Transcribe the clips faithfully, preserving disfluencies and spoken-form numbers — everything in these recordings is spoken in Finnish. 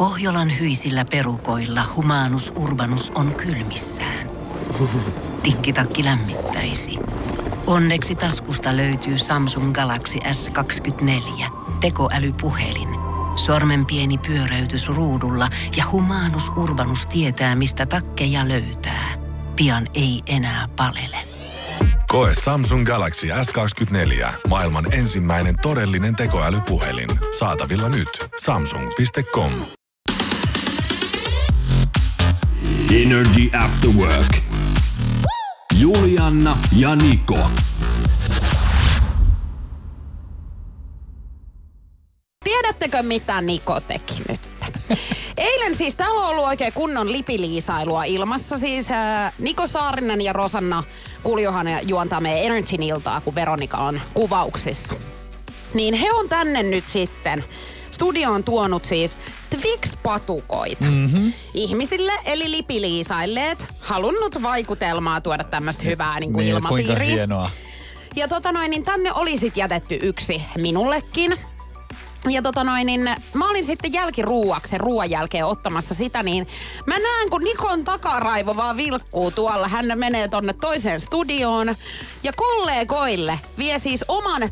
Pohjolan hyisillä perukoilla humanus urbanus on kylmissään. Tikkitakki lämmittäisi. Onneksi taskusta löytyy Samsung Galaxy S kaksikymmentäneljä, tekoälypuhelin. Sormen pieni pyöräytys ruudulla ja humanus urbanus tietää, mistä takkeja löytää. Pian ei enää palele. Koe Samsung Galaxy S kaksikymmentäneljä, maailman ensimmäinen todellinen tekoälypuhelin. Saatavilla nyt. samsung piste com. Energy After Work. Julianna ja Niko. Tiedättekö, mitä Niko teki nyt? Eilen siis täällä on ollut oikein kunnon lipiliisailua ilmassa. Siis äh, Niko Saarinen ja Rosanna Kuljohanen juontaa meidän Energyn iltaa, kun Veronika on kuvauksissa. Niin he on tänne nyt sitten studioon tuonut siis Twix-patukoita mm-hmm. ihmisille, eli lipiliisailleet, halunnut vaikutelmaa tuoda tämmöistä hyvää niin kuin niin, ilmapiiriä. Kuinka hienoa. Ja tota noin, niin tänne oli sit jätetty yksi minullekin. Ja tota noin, niin mä olin sitten jälkiruuaksi ruoan jälkeen ottamassa sitä, niin mä näen, kun Nikon takaraivo vaan vilkkuu tuolla. Hän menee tonne toiseen studioon ja kollegoille vie siis oman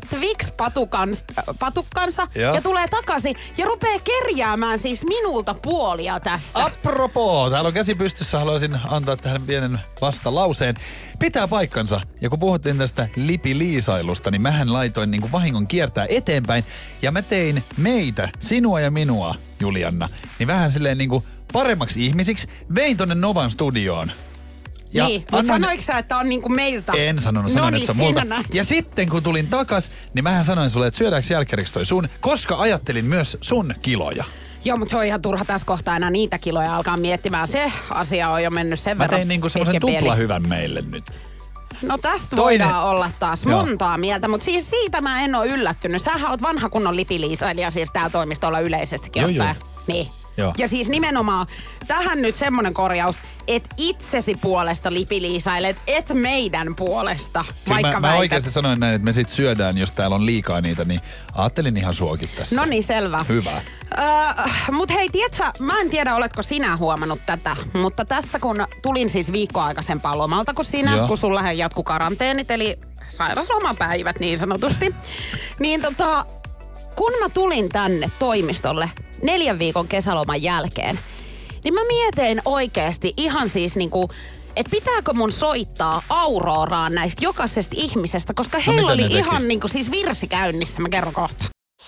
Twix-patukkansa Joo. ja tulee takaisin ja rupeaa kerjäämään siis minulta puolia tästä. Apropos, täällä on käsi pystyssä, haluaisin antaa tähän pienen vastalauseen. Pitää paikkansa. Ja kun puhuttiin tästä lipiliisailusta, niin mähän laitoin niin kuin vahingon kiertää eteenpäin. Ja mä tein meitä, sinua ja minua, Julianna, niin vähän silleen niin kuin paremmaksi ihmisiksi. Vein tonne Novan studioon. Ja niin, mutta annoin... sanoitko sä, että on niinku meiltä? En sanonut, sanoin, no että niin, se on multa. Ja sitten kun tulin takas, niin mähän sanoin sulle, että syödäänkö jälkäriksi toi sun, koska ajattelin myös sun kiloja. Joo, mutta se on ihan turha tässä kohtaa enää niitä kiloja alkaa miettimään. Se asia on jo mennyt sen Mä verran tein niinku semmoisen tuplahyvän meille nyt. No tästä Toinen. voidaan olla taas Joo. montaa mieltä, mutta siis siitä mä en ole yllättynyt. Sähän oot vanha kunnon lipiliisailija siis täällä toimistolla yleisestikin Joo, ottaen. joo. Niin. Joo. Ja siis nimenomaan tähän nyt semmonen korjaus, että itsesi puolesta lipiliisailet, et meidän puolesta, Kyllä vaikka mä, mä väität. oikeasti sanoin näin, että me sit syödään, jos täällä on liikaa niitä, niin ajattelin ihan suokin tässä. No niin, selvä. Hyvä. Öö, mut hei, tiedätkö, mä en tiedä, oletko sinä huomannut tätä, mutta tässä kun tulin siis viikkoa aikaisempaa lomalta kuin sinä, Joo. kun sulla jatku karanteenit, eli sairaslomapäivät niin sanotusti, niin tota, kun mä tulin tänne toimistolle neljän viikon kesäloman jälkeen, niin mä mietin oikeasti ihan siis niinku, että pitääkö mun soittaa Auroraan näistä jokaisesta ihmisestä, koska No, heillä mitä oli ne ihan teki? niinku siis virsi käynnissä, mä kerron kohta.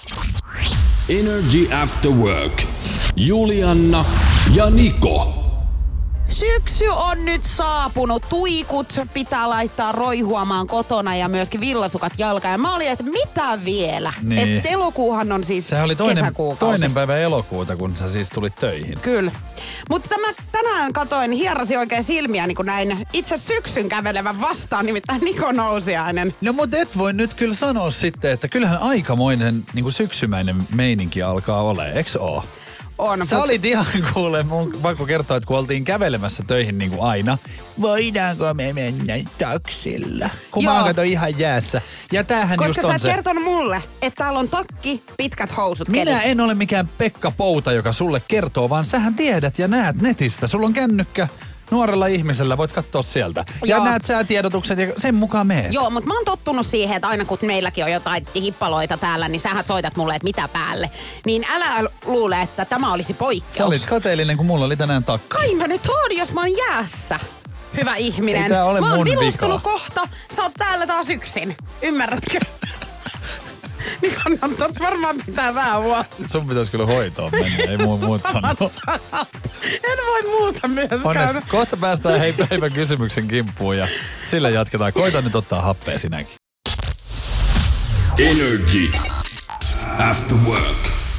Energy After Work. Julianna ja Niko. Syksy on nyt saapunut. Tuikut pitää laittaa roihuamaan kotona ja myöskin villasukat jalkaan. Ja mä olin, että mitä vielä? Niin. Että elokuuhan on siis Sehän oli toinen, kesäkuukausi. toinen päivä elokuuta, kun sä siis tulit töihin. Kyllä. Mutta mä tänään katoin, hierasi oikein silmiä niin kuin näin itse syksyn kävelevän vastaan, nimittäin Niko Nousiainen. No mut et voi nyt kyllä sanoa sitten, että kyllähän aikamoinen niin kuin syksymäinen meininki alkaa olemaan, eks oo? On. Sä mut- olit ihan kuule, mun pakko kertoa, että kun oltiin kävelemässä töihin niin kuin aina, voidaanko me mennä taksilla? Kun Joo. mä kato ihan jäässä. Ja tämähän Koska just sä on et se. kertonut mulle, että täällä on takki, pitkät housut. Minä keli. en ole mikään Pekka Pouta, joka sulle kertoo, vaan sähän tiedät ja näet netistä. Sulla on kännykkä. Nuorella ihmisellä voit katsoa sieltä. Ja Joo. näet säätiedotukset ja sen mukaan meet. Joo, mutta mä oon tottunut siihen, että aina kun meilläkin on jotain hippaloita täällä, niin sähän soitat mulle, että mitä päälle. Niin älä luule, että tämä olisi poikkeus. Sä olit kateellinen, kun mulla oli tänään takki. Kai mä nyt oon, jos mä oon jäässä. Hyvä ihminen. Ei tää ole mä oon mun vilustunut vika. kohta. Sä oot täällä taas yksin. Ymmärrätkö? Niin kannattais varmaan pitää vähän huolta. Sun pitäis kyllä hoitoon mennä, ei muu muut sanoa. En voi muuta myöskään. Onneksi kohta päästään hei päivän kysymyksen kimppuun ja sillä jatketaan. Koita nyt ottaa happea sinäkin. Energy After Work.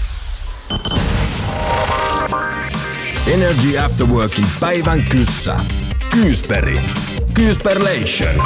Energy After Workin päivän kyssä. Kyysperi. Kyysperlation.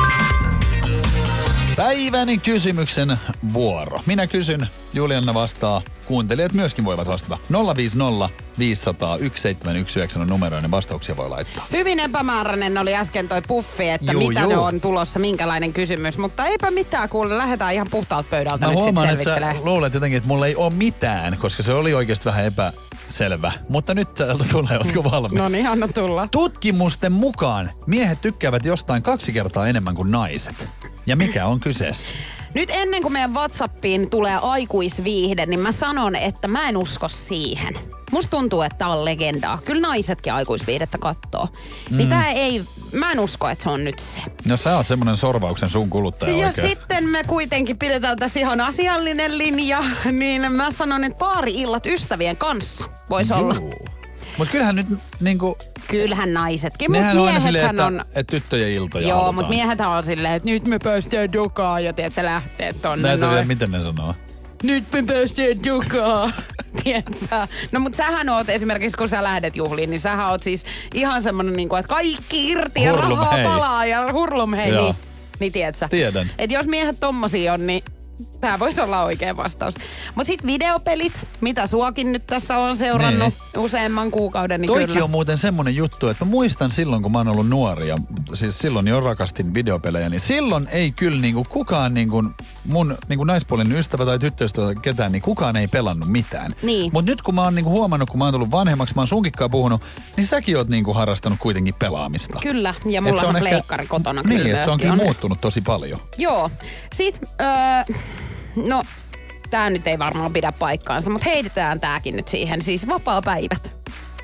Päivän kysymyksen vuoro. Minä kysyn, Julianna vastaa. Kuuntelijat myöskin voivat vastata. nolla viisi nolla viisi nolla nolla yksi seitsemän yksi yhdeksän on numeroinen, vastauksia voi laittaa. Hyvin epämääräinen oli äsken toi puffi, että Juu, mitä juu. ne on tulossa, minkälainen kysymys. Mutta eipä mitään, kuule, lähdetään ihan puhtaalta pöydältä Mä nyt sit huomaan, että sä selvittelee. luulet jotenkin, että mulla ei ole mitään, koska se oli oikeasti vähän epä, selvä. Mutta nyt täältä tulee, ootko valmis? No niin, anna tulla. Tutkimusten mukaan miehet tykkäävät jostain kaksi kertaa enemmän kuin naiset. Ja mikä on kyseessä? Nyt ennen kuin meidän WhatsAppiin tulee aikuisviihde, niin mä sanon, että mä en usko siihen. Musta tuntuu, että tää on legendaa. Kyllä naisetkin aikuisviihdettä kattoo. Mm. Niin tää ei, mä en usko, että se on nyt se. No sä oot semmonen sorvauksen sun kuluttaja ja oikein. sitten me kuitenkin pidetään tässä ihan asiallinen linja, niin mä sanon, että baari-illat ystävien kanssa voisi olla. Mut kyllähän nyt niinku... Kyllähän naisetkin, mutta miehethän on silleen, että, on... että tyttöjen iltoja Joo, halutaan. mutta miehethän on silleen, että nyt me päästään dukaan ja tiedät, se lähtee tonne Näitä noin. vielä, miten ne sanoo? Nyt me päästään dukaan, tiedätkö? No mut sähän oot esimerkiksi, kun sä lähdet juhliin, niin sähän oot siis ihan semmonen niinku, että kaikki irti ja Hurlum rahaa hei. palaa ja hurlum hei. Joo. Niin, niin tiedätkö? Tiedän. Että jos miehet tommosia on, niin tää voisi olla oikea vastaus. Mut sit videopelit, mitä suakin nyt tässä on seurannut Nee. useamman kuukauden, niin Toikin kyllä. on muuten semmonen juttu, että mä muistan silloin, kun mä oon ollut nuori ja siis silloin jo rakastin videopelejä, niin silloin ei kyllä niinku kukaan niinku mun niinku naispuolinen ystävä tai tyttöystävä tai ketään, niin kukaan ei pelannut mitään. Niin. Mut nyt kun mä oon niinku huomannut, kun mä oon tullut vanhemmaksi, mä oon sunkikkaa puhunut, niin säkin oot niinku harrastanut kuitenkin pelaamista. Kyllä, ja Et mulla se on ehkä- pleikkari kotona Niin, kyllä että se on myöskin kyllä on. muuttunut tosi paljon. Joo. Sitten, öö, no, tää nyt ei varmaan pidä paikkaansa, mutta heitetään tääkin nyt siihen. Siis vapaapäivät.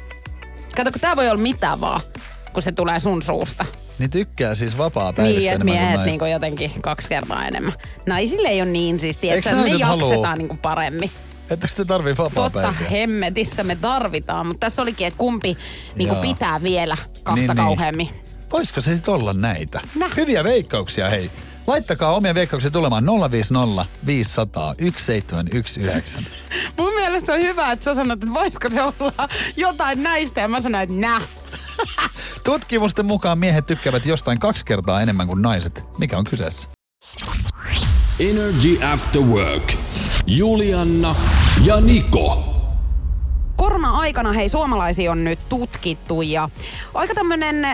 Kato, kun tää voi olla mitä vaan, kun se tulee sun suusta. Niin tykkää siis vapaa-päivistä Niin, että enemmän kuin miehet naiset. niinku jotenkin kaksi kertaa enemmän. Naisille ei ole niin siis, tiedätkö, Eiks me naiset haluu? jaksetaan niinku paremmin. Ettekö te tarvii Totta vapaa-päiviä? hemmetissä me tarvitaan, mutta tässä olikin, että kumpi niinku Joo. pitää vielä kahta Niin, niin. kauheammin. Voisiko se sitten olla näitä? Näh. Hyviä veikkauksia, hei. Laittakaa omia veikkauksia tulemaan nolla viisi nolla viisi nolla nolla yksi seitsemän yksi yhdeksän. Mun mielestä on hyvä, että sä sanot, että voisiko se olla jotain näistä, ja mä sanoin, että nää. Tutkimusten mukaan miehet tykkäävät jostain kaksi kertaa enemmän kuin naiset. Mikä on kyseessä? Energy After Work. Julianna ja Niko. Korona-aikana hei suomalaisia on nyt tutkittu ja aika tämmönen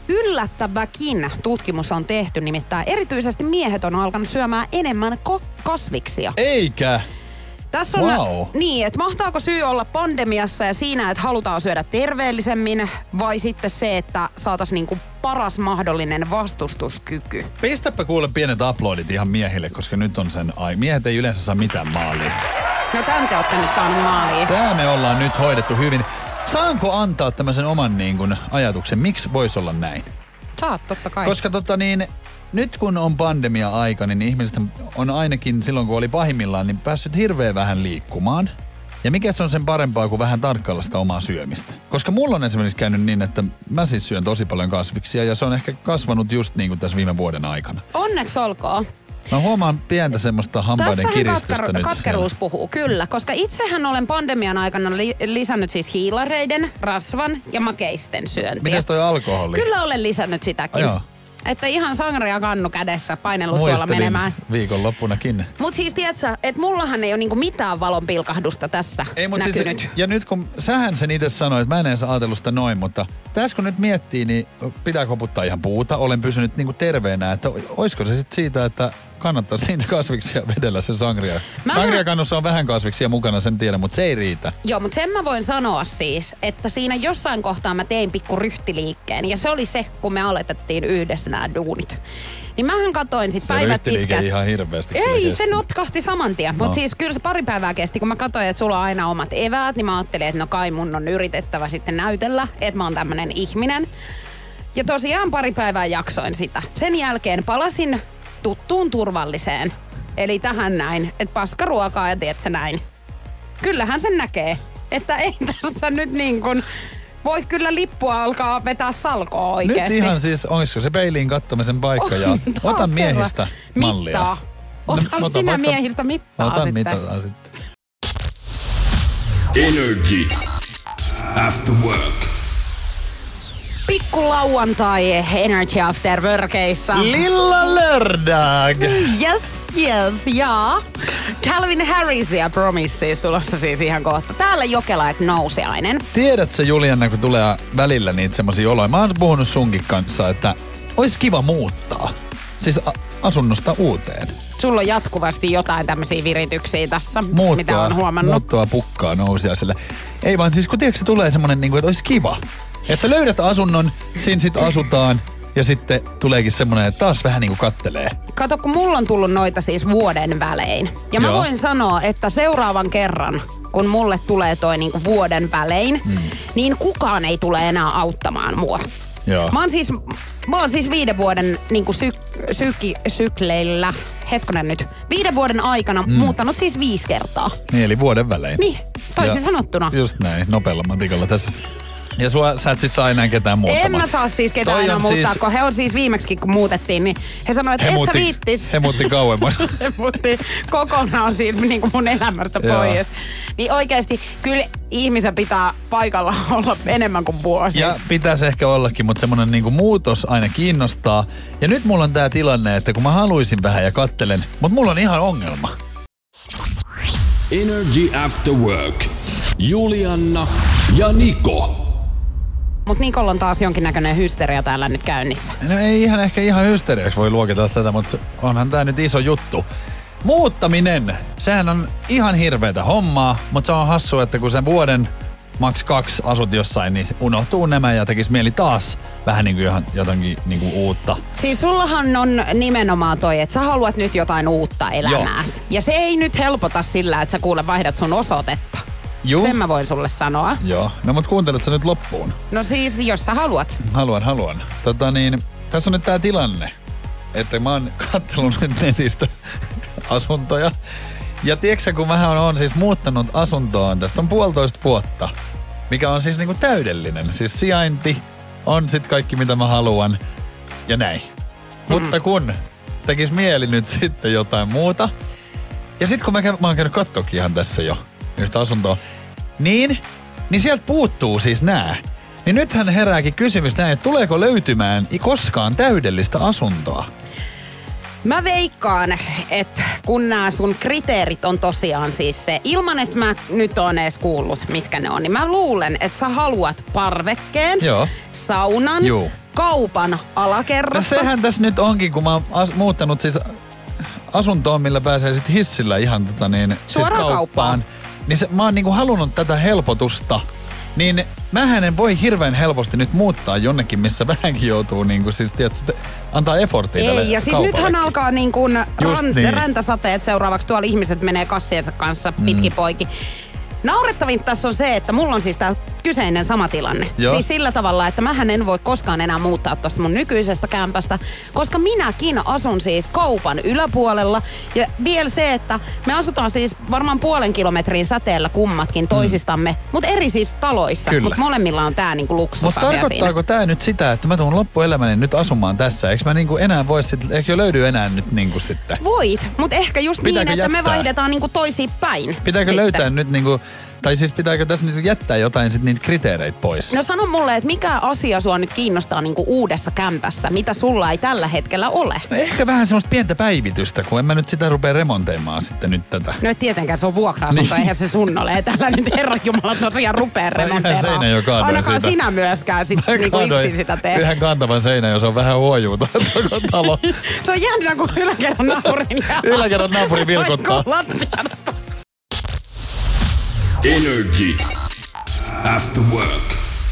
yllättäväkin tutkimus on tehty, nimittäin erityisesti miehet on alkanut syömään enemmän ko- kasviksia. Eikä. Tässä on Wow. niin, että mahtaako syy olla pandemiassa ja siinä, että halutaan syödä terveellisemmin vai sitten se, että saataisiin niinku paras mahdollinen vastustuskyky. Pistäpä kuule pienet aplodit ihan miehille, koska nyt on sen ai. Miehet ei yleensä saa mitään maalia. No tän te ootte nyt saanut maaliin. Tää me ollaan nyt hoidettu hyvin. Saanko antaa tämmöisen oman niin kuin, ajatuksen, miksi voisi olla näin? Saat totta kai. Koska tota niin, nyt kun on pandemia-aika, niin ihmiset on ainakin silloin, kun oli pahimmillaan, niin päässyt hirveän vähän liikkumaan. Ja mikä se on sen parempaa kuin vähän tarkkailla sitä omaa syömistä? Koska mulla on esimerkiksi käynyt niin, että mä siis syön tosi paljon kasviksia ja se on ehkä kasvanut just niin kuin tässä viime vuoden aikana. Onneksi olkoon. Mä huomaan pientä semmoista hampaiden Tässähän kiristystä katkar- nyt. katkeruus puhuu, kyllä. Koska itsehän olen pandemian aikana li- lisännyt siis hiilareiden, rasvan ja makeisten syöntiä. Mites toi alkoholi? Kyllä olen lisännyt sitäkin. Oh, joo. Että ihan sangria kannu kädessä painellut tuolla Muistelin menemään. viikonloppunakin. Mut siis tiedätkö, että mullahan ei ole niinku mitään valon pilkahdusta tässä Ei, mut näkynyt. siis, ja nyt kun sähän sen itse sanoit, että mä en edes ajatellut sitä noin, mutta tässä kun nyt miettii, niin pitää koputtaa ihan puuta. Olen pysynyt niinku terveenä, että olisiko se sitten siitä, että kannattaa siitä kasviksia vedellä se sangria. Mä- Sangriakannussa on vähän kasviksia mukana, sen tiedän, mutta se ei riitä. Joo, mutta sen mä voin sanoa siis, että siinä jossain kohtaa mä tein pikku ryhtiliikkeen. Ja se oli se, kun me aloitettiin yhdessä nämä duunit. Niin mähän katoin sit Se päivät ryhtiliike pitkät. ihan hirveästi. kyllä Ei, kesti. se notkahti saman tien. Mutta No. siis kyllä se pari päivää kesti, kun mä katsoin, että sulla on aina omat eväät, niin mä ajattelin, että no kai mun on yritettävä sitten näytellä, että mä oon tämmönen ihminen. Ja tosiaan pari päivää jaksoin sitä. Sen jälkeen palasin tuttuun turvalliseen. Eli tähän näin, että paskaruokaa ja tiedät sä näin. Kyllähän sen näkee, että ei tässä nyt niin kuin voi kyllä lippua alkaa vetää salkoa oikeesti. Nyt ihan siis, olisiko se peiliin kattomisen paikka ja On taas ota miehistä kerran. mallia. Mittaa. Ota No, sinä vaikka- miehistä mittaa Ota sitten. mitataan sitten. Energy After Work. Pikku lauantai Energy After Workeissa. Lilla lördag! Yes, yes, ja Calvin Harris ja Promises tulossa siis ihan kohta. Täällä Jokela, et nousiainen. Tiedätkö Julianna, kun tulee välillä niitä semmosia oloja. Mä oon puhunut sunkin kanssa, että olisi kiva muuttaa. Siis a- asunnosta uuteen. sulla on jatkuvasti jotain tämmöisiä virityksiä tässä, Muuttua, mitä on huomannut. Muuttua pukkaa nousiaiselle. Ei vaan siis kun tiedätkö, se tulee semmonen, niin kuin, että olisi kiva. Että sä löydät asunnon, siinä sit asutaan ja sitten tuleekin semmonen, että taas vähän niin kuin kattelee. Kato, kun mulla on tullut noita siis vuoden välein. Ja mä Joo. voin sanoa, että seuraavan kerran, kun mulle tulee toi niinku vuoden välein, mm. niin kukaan ei tule enää auttamaan mua. Joo. Mä oon siis, mä oon siis viiden vuoden niinku syk, syki, sykleillä, hetkonen nyt, viiden vuoden aikana mm. muuttanut siis viisi kertaa. Niin, eli vuoden välein. Niin, toisin Ja sanottuna. Just näin, nopealla matikalla tässä. Ja sua, sä et siis saa enää ketään muuttamaan. En mä saa siis ketään Toi enää on muuttaa, siis- kun he on siis viimeksi kun muutettiin, niin he sanoivat, että He et sä muutti, viittis. he muutti kauemmas. He muutti kokonaan siis niin kuin mun elämästä Joo. pois. Niin oikeasti kyllä ihmisen pitää paikalla olla enemmän kuin vuosi. Ja pitäisi ehkä ollakin, mutta semmonen niinku muutos aina kiinnostaa. Ja nyt mulla on tää tilanne, että kun mä haluaisin vähän ja kattelen, mutta mulla on ihan ongelma. Energy After Work. Julianna ja Niko. Mut Nikolla on taas jonkinnäköinen hysteria täällä nyt käynnissä. No ei ihan ehkä ihan hysteriaksi voi luokitella tätä, mutta onhan tää nyt iso juttu. Muuttaminen, sehän on ihan hirveetä hommaa, mutta se on hassu, että kun sen vuoden maks kaksi asut jossain, niin unohtuu nämä ja tekis mieli taas vähän niin kuin jotakin niin kuin uutta. Siis sullahan on nimenomaan toi, että sä haluat nyt jotain uutta elämääsi. Ja se ei nyt helpota sillä, että sä kuule vaihdat sun osoitetta. Juu. Sen mä voin sulle sanoa. Joo, no mut kuuntelet sä nyt loppuun? No siis, jos sä haluat. Haluan, haluan. Tota niin, tässä on nyt tää tilanne, että mä oon kattellut nyt netistä asuntoja. Ja tiedätkö kun mähän on siis muuttanut asuntoon, tästä on puolitoista vuotta, mikä on siis niinku täydellinen. Siis sijainti on sit kaikki mitä mä haluan ja näin. Mm. Mutta kun tekis mieli nyt sitten jotain muuta, ja sit kun mä, käyn, mä oon käynyt kattokin ihan tässä jo yhtä asuntoa, niin, niin sieltä puuttuu siis nää. Niin nythän herääkin kysymys näin, että tuleeko löytymään koskaan täydellistä asuntoa? Mä veikkaan, että kun nämä sun kriteerit on tosiaan siis se, ilman että mä nyt oon edes kuullut, mitkä ne on, niin mä luulen, että sä haluat parvekkeen, Joo. saunan, Juu. kaupan No alakerrasta. sehän tässä nyt onkin, kun mä oon as- muuttanut siis asuntoon, millä pääsee sit hissillä ihan tota niin, siis Suoraan kauppaan. kauppaan. Niin se, mä oon niinku halunnut tätä helpotusta. Niin mähän en voi hirveän helposti nyt muuttaa jonnekin, missä vähänkin joutuu niinku siis, tiedätkö, antaa effortia tälle Ei, ja siis kaupallekin. nythän alkaa niin kuin Just ran, niin. räntäsateet seuraavaksi. Tuolla ihmiset menee kassiensa kanssa pitkin mm. poikin. Naurettavinta tässä on se, että mulla on siis tää kyseinen sama tilanne. Joo. Siis sillä tavalla, että mähän en voi koskaan enää muuttaa tosta mun nykyisestä kämpästä, koska minäkin asun siis kaupan yläpuolella. Ja vielä se, että me asutaan siis varmaan puolen kilometrin säteellä kummatkin toisistamme, mm. mutta eri siis taloissa. Kyllä. Mutta molemmilla on tää niinku Mutta luksusasia siinä. tarkoittaako tää nyt sitä, että mä tuun loppuelämäni nyt asumaan tässä? Eikö mä niinku enää voi sit, eikö jo löydy enää nyt niinku sitten? Voit, mutta ehkä just Pitääkö niin, että jättää? me vaihdetaan niinku toisiin päin. Pitääkö sitten. löytää nyt niinku, tai siis pitääkö tässä nyt jättää jotain sit niitä kriteereitä pois? No sano mulle, että mikä asia sua nyt kiinnostaa niinku uudessa kämpässä, mitä sulla ei tällä hetkellä ole? No ehkä vähän semmoista pientä päivitystä, kun en mä nyt sitä rupea remontoimaan sitten nyt tätä. No et tietenkään se on vuokra-asunto, Niin. eihän se sun ole. Ei tällä nyt Herranjumala tosiaan rupea remontoimaan. Seinäjoen kaadoin Ainakaan siitä. sinä myöskään sit Mä niinku kaadoin yksin sitä teet. yhden kantavan seinän, jos on vähän huojuuta koko talo. Se on jännä, kun yläkerran naapurin jää. Yläkerran naapuri vilkuttaa. Vaikka lattiasta. Energy After Work.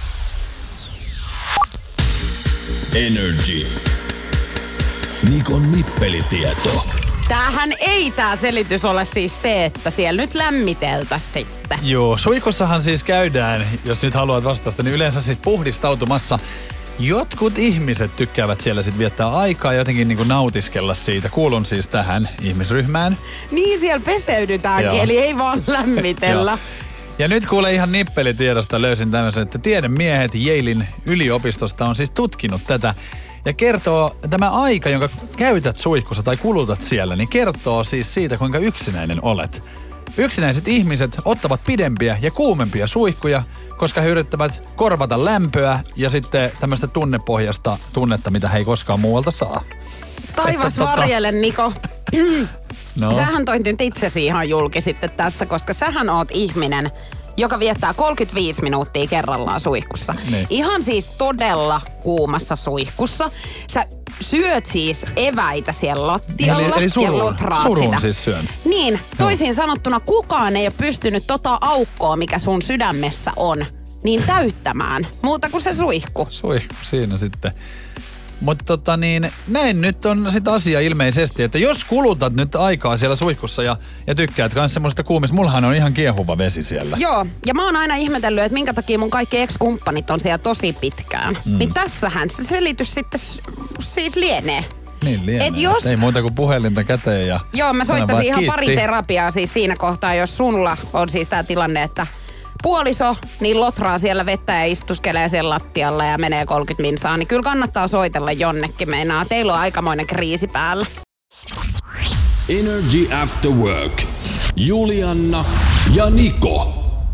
Energy. Nikon nippelitieto. Tämähän ei tää selitys ole siis se, että siellä nyt lämmiteltäisiin sitten. Joo, suihkussahan siis käydään, jos nyt haluat vastausta, niin yleensä sit puhdistautumassa. Jotkut ihmiset tykkäävät siellä sit viettää aikaa ja jotenkin niinku nautiskella siitä. Kuulun siis tähän ihmisryhmään. Niin siellä peseydytäänkin, Joo. eli ei vaan lämmitellä. Joo. Ja nyt kuule ihan nippelitiedosta löysin tämmöisen, että tiedemiehet Yalein yliopistosta on siis tutkinut tätä. Ja kertoo, tämä aika, jonka käytät suihkussa tai kulutat siellä, niin kertoo siis siitä, kuinka yksinäinen olet. Yksinäiset ihmiset ottavat pidempiä ja kuumempia suihkuja, koska he yrittävät korvata lämpöä ja sitten tämmöistä tunnepohjasta tunnetta, mitä he ei koskaan muualta saa. Taivas Että tota- varjele, Niko. No. Sähän toit nyt itsesi ihan julki sitten tässä, koska sähän oot ihminen, joka viettää kolmekymmentäviisi minuuttia kerrallaan suihkussa. Niin. Ihan siis todella kuumassa suihkussa. Sä syöt siis eväitä siellä lattialla Eli, eli ja surun, lotraat surun sitä. siis syön. Niin, toisin sanottuna kukaan ei ole pystynyt tota aukkoa, mikä sun sydämessä on, niin täyttämään. Muuta kuin se suihku. Suihku siinä sitten. Mutta tota niin, näin nyt on sit asia ilmeisesti, että jos kulutat nyt aikaa siellä suihkussa ja, ja tykkäät kans semmoista kuumista, mullahan on ihan kiehuva vesi siellä. Joo, ja mä oon aina ihmetellyt, että minkä takia mun kaikki ex-kumppanit on siellä tosi pitkään. Mm. Niin tässähän se selitys sitten s- siis lienee. Niin lienee. Et jos... Ei muuta kuin puhelinta käteen ja... Joo, mä sanon vaan soittaisin ihan kiitti. pari terapiaa siis siinä kohtaa, jos sulla on siis tää tilanne, että puoliso niin lotraa siellä vettä ja istuskelee siellä lattialla ja menee kolmekymmentä minsaa, niin kyllä kannattaa soitella jonnekin meinaa. Teillä on aikamoinen kriisi päällä. Energy After Work. Julianna ja Niko.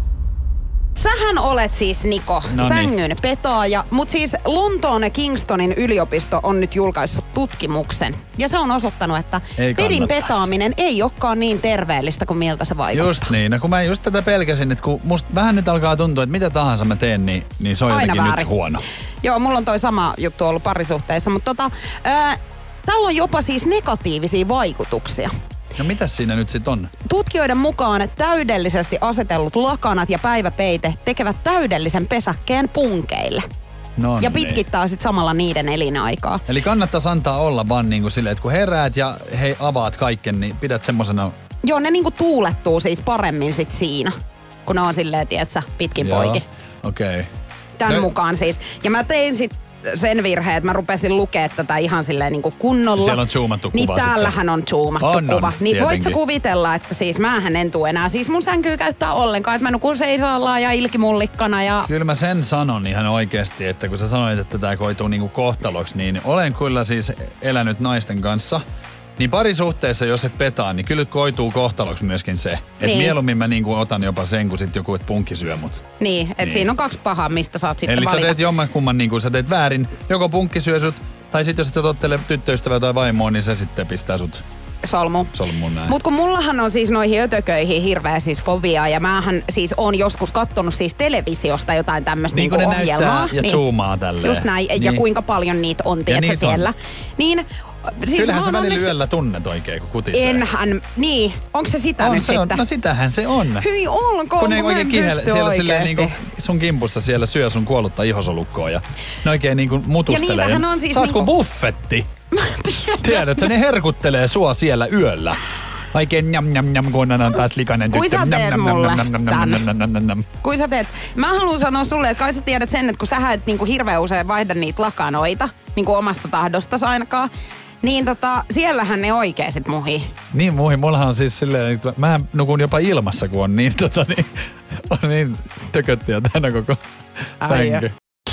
Sähän olet siis, Niko, Noniin. sängyn petaaja, mutta siis Lontoon ja Kingstonin yliopisto on nyt julkaissut tutkimuksen. Ja se on osoittanut, että Ei pedin kannattaisi. petaaminen ei olekaan niin terveellistä kuin miltä se vaikuttaa. Just niin. No kun mä just tätä pelkäsin, että kun musta vähän nyt alkaa tuntua, että mitä tahansa mä teen, niin, niin se on Aina jotenkin väärin. nyt huono. Joo, mulla on toi sama juttu ollut parisuhteissa, mutta tota, ää, tällä on jopa siis negatiivisia vaikutuksia. No mitäs siinä nyt sit on? Tutkijoiden mukaan täydellisesti asetellut lakanat ja päiväpeite tekevät täydellisen pesäkkeen punkeille. No Ja niin. pitkittää sit samalla niiden elinaikaa. Eli kannattaisi antaa olla vaan niinku silleen, että kun heräät ja hei avaat kaiken, niin pidät semmosena... Joo, ne niinku tuulettuu siis paremmin sit siinä, kun ne on silleen, tietsä, pitkin poikin. Okei. Okay. Tämän No- mukaan siis. Ja mä tein sit sen virheen, että mä rupesin lukea tätä ihan silleen niinku kunnolla. Siellä on zoomattu Niin kuva täällähän on zoomattu On, on, kuva. Niin voit sä tietenkin. kuvitella, että siis määhän en tuu enää siis mun sänkyy käyttää ollenkaan. Että mä nukun seisaallaan ja ilkimullikkana ja... Kyllä mä sen sanon ihan oikeasti, että kun sä sanoit, että tää koituu niinku kohtaloksi, niin olen kyllä siis elänyt naisten kanssa. Niin parisuhteessa, jos et petaa, niin kyllä koituu kohtaloksi myöskin se. Että Niin. mieluummin mä niinku otan jopa sen, kun sit joku et punkki syö mut. Niin, että Niin. siinä on kaksi pahaa, mistä saat sitten Eli sä valita. teet jommankumman, niin kuin sä teet väärin, joko punkki syö sut, tai sitten jos et sä tottele tyttöystävää tai vaimoa, niin se sitten pistää sut Solmu. solmuun näin. Mut kun mullahan on siis noihin ötököihin hirveä siis fobia ja mähän siis on joskus kattonut siis televisiosta jotain tämmöistä Niin niinku kun ne ohjelmaa. näyttää ja zoomaa tälleen. Just näin, ja Niin. kuinka paljon niitä on, tietsä, niitä on. siellä. Niin, siis Kyllähän mä sä oon välillä onneksi- yöllä tunnet oikein, kun kutisee. Enhän, niin. Onko se sitä on, nyt se on, sitten? no sitähän se on. Hyi olkoon, Kun ne kun mä oikein en kihele, pysty siellä silleen oikeesti. niinku sun kimpussa siellä syö sun kuollutta ihosolukkoa ja ne oikein niinku mutustelee. Ja niitähän on siis Sä oot kuin niinku- buffetti. Tiedätkö, ne herkuttelee sua siellä yöllä. Oikein njam njam njam, kun on taas likainen Kui tyttö. sä Njam, teet njam, njam, mulle njam, njam, tän? njam, njam, njam, njam. Kui sä teet, mä haluan sanoa sulle, että kai sä tiedät sen, että kun sä et niinku hirveän usein vaihda niitä lakanoita, niinku omasta tahdostas ainakaan, niin tota, siellähän ne oikein sit muhii. Niin muihin, mullahan on siis silleen, että mä nukun jopa ilmassa, kun on niin, tota, niin, on niin tököttiä tänä koko Ai sänky. jo.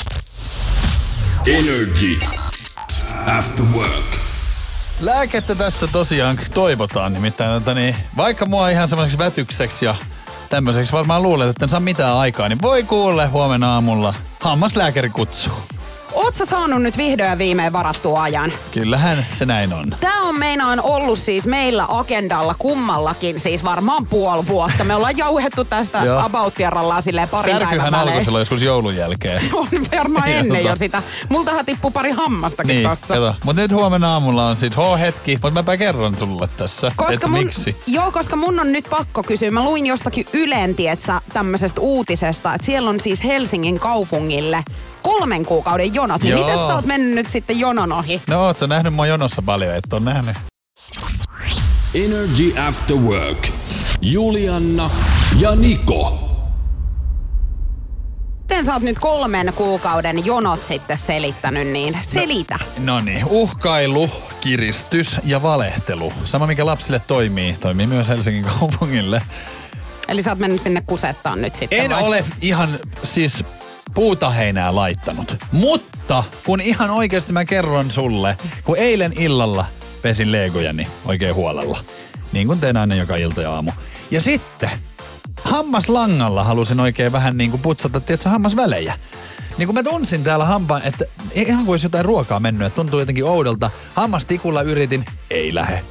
Energy After Work. Lääkettä tässä tosiaan toivotaan, nimittäin tota, niin, vaikka mua ihan semmoiseksi vätykseksi ja tämmöiseksi varmaan luulet, että en saa mitään aikaa, niin voi kuulle huomenna aamulla hammaslääkäri kutsuu. Oot sä saanut nyt vihdoin ja viimein varattua ajan? Kyllähän se näin on. Tää on meinaan ollut siis meillä agendalla kummallakin siis varmaan puoli vuotta. Me ollaan jauhettu tästä Joo. about-tierrallaan silleen parin päivän Särkyhän välein. alkoi silloin joskus joulun jälkeen. On varmaan Ja ennen tota- jo sitä. Multahan tippuu pari hammastakin Niin, tossa. kato. Mut nyt huomenna aamulla on sit H-hetki, mutta mäpä kerron sulle tässä, Koska että mun, miksi. Joo, koska mun on nyt pakko kysyä. Mä luin jostakin Ylen, tietsä, tämmöisestä uutisesta, että siellä on siis Helsingin kaupungille kolmen kuukauden jonot. Niin Joo. miten sä oot mennyt nyt sitten jonon ohi? No oot sä nähnyt mua jonossa paljon, et on nähnyt. Energy After Work. Julianna ja Niko. Miten sä oot nyt kolmen kuukauden jonot sitten selittänyt, niin selitä. No niin, uhkailu, kiristys ja valehtelu. Sama mikä lapsille toimii, toimii myös Helsingin kaupungille. Eli sä oot mennyt sinne kusettaan nyt sitten En vai? ole ihan siis puutaheinää laittanut. Mutta kun ihan oikeasti mä kerron sulle, kun eilen illalla pesin legojani oikein huolella. Niin kuin teen aina joka ilta ja aamu. Ja sitten hammaslangalla halusin oikein vähän niin kuin putsata, tiedätkö, hammasvälejä. Niin kun mä tunsin täällä hampaan, että ihan kuin olisi jotain ruokaa mennyt, että tuntuu jotenkin oudolta. Hammastikulla yritin, ei lähe. No,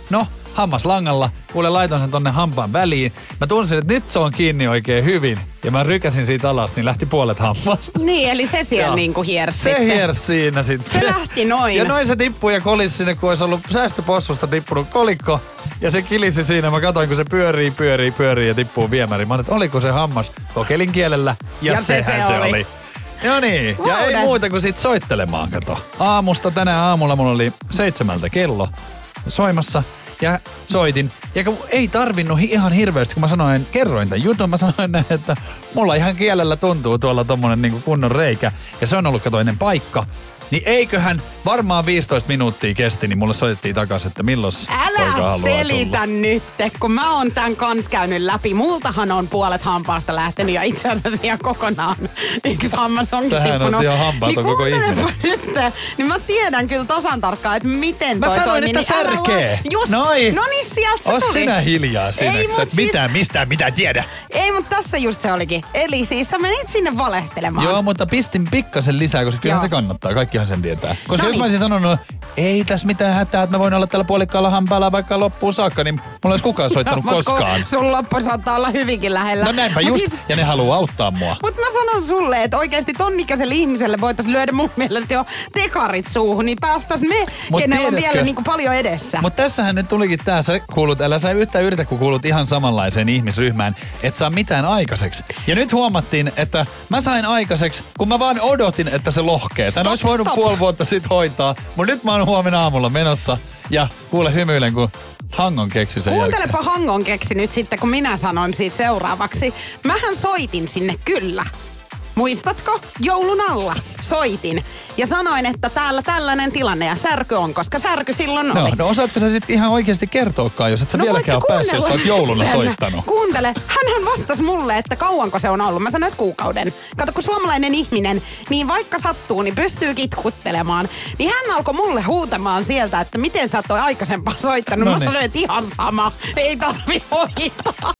hammaslangalla. Kuule, laitoin sen tonne hampaan väliin. Mä tunsin, että nyt se on kiinni oikein hyvin. Ja mä rykäsin siitä alas, niin lähti puolet hampaasta. Niin, eli se siellä niinku hiersi Se sitten. hiersi siinä sitten. Se lähti noin. Ja noin se tippui ja kolisi sinne, kun olisi ollut säästöpossusta tippunut kolikko. Ja se kilisi siinä. Mä katsoin, kun se pyörii, pyörii, pyörii ja tippuu viemäriin. Mä olin, että oliko se hammas? Kokeilin kielellä. Ja, Ja se sehän se se oli. oli. No niin, ja Laude. ei muuta kuin sit soittelemaan, kato. Aamusta tänään aamulla mulla oli seitsemältä kello soimassa ja soitin. Ja kun ei tarvinnut hi- ihan hirveästi, kun mä sanoin, kerroin tämän jutun, mä sanoin näin, että mulla ihan kielellä tuntuu tuolla tommonen niinku kunnon reikä. Ja se on ollut, kato, ennen paikka. Niin eiköhän varmaan viisitoista minuuttia kesti, niin mulle soitettiin takaisin, että milloin poika Älä haluaa selitä tulla. nyt, kun mä oon tän kans käynyt läpi. Multahan on puolet hampaasta lähtenyt ja itse asiassa ihan kokonaan yksi hammas onkin Sähän tippunut. oot ihan hampaaton niin koko kuuntelepa nyt, niin mä tiedän kyllä tasan tarkkaan, että miten Mä toi sanoin, toimii. että niin älä särkee. vaan- Just, Noi. no niin sieltä se Oot tuli. sinä hiljaa siinä, Ei, kun sä mut et siis- mitään, mistään, mitä tiedä. Ei, mutta tässä just se olikin. Eli siis sä menit sinne valehtelemaan. Joo, mutta pistin pikkasen lisää, koska kyllähän Joo. se kannattaa. Kaikkihan sen tietää. Koska No jos mä niin. olisin sanonut, ei tässä mitään hätää, että mä voin olla tällä puolikkaalla hampaalla vaikka loppuun saakka, niin mulla ei olisi kukaan soittanut Mut kun koskaan. Sun loppu saattaa olla hyvinkin lähellä. No näinpä Mut just, siis- ja ne haluaa auttaa mua. Mutta mä sanon sulle, että oikeasti ton ikäiselle ihmiselle voitaisiin lyödä mun mielestä jo tekarit suuhun, niin päästäis me, Mut kenellä on tiedätkö- vielä niinku paljon edessä. Mutta tässähän nyt tulikin tää, sä kuulut, älä sä yhtään yritä, kun kuulut ihan samanlaiseen ihmisryhmään, et saa mitään aikaiseksi. Ja nyt huomattiin, että mä sain aikaiseksi, kun mä vaan odotin, että se lohkee. Tän Stop, olisi voinut stop. puoli vuotta sit hoitaa, mutta nyt mä oon huomenna aamulla menossa ja kuule hymyilen, kun Hangon keksi sen jälkeen. Kuuntelepa Hangon keksi nyt sitten, kun minä sanon siitä seuraavaksi. Mähän soitin sinne kyllä. Muistatko? Joulun alla soitin ja sanoin, että täällä tällainen tilanne ja särky on, koska särky silloin oli. No, no osaatko sä sit ihan oikeasti kertoakaan, jos et sä No vieläkään voit ole sä päässyt, jos sä oot kuunnella? jouluna soittanut. Kuuntele. Hänhän vastasi mulle, että kauanko se on ollut. Mä sanoin, että kuukauden. Kato, kun suomalainen ihminen, niin vaikka sattuu, niin pystyy kitkuttelemaan. Niin hän alkoi mulle huutamaan sieltä, että miten sä oot toi aikaisempaa soittanut. No Mä niin. sanoin, että ihan sama. Ei tarvi hoitaa.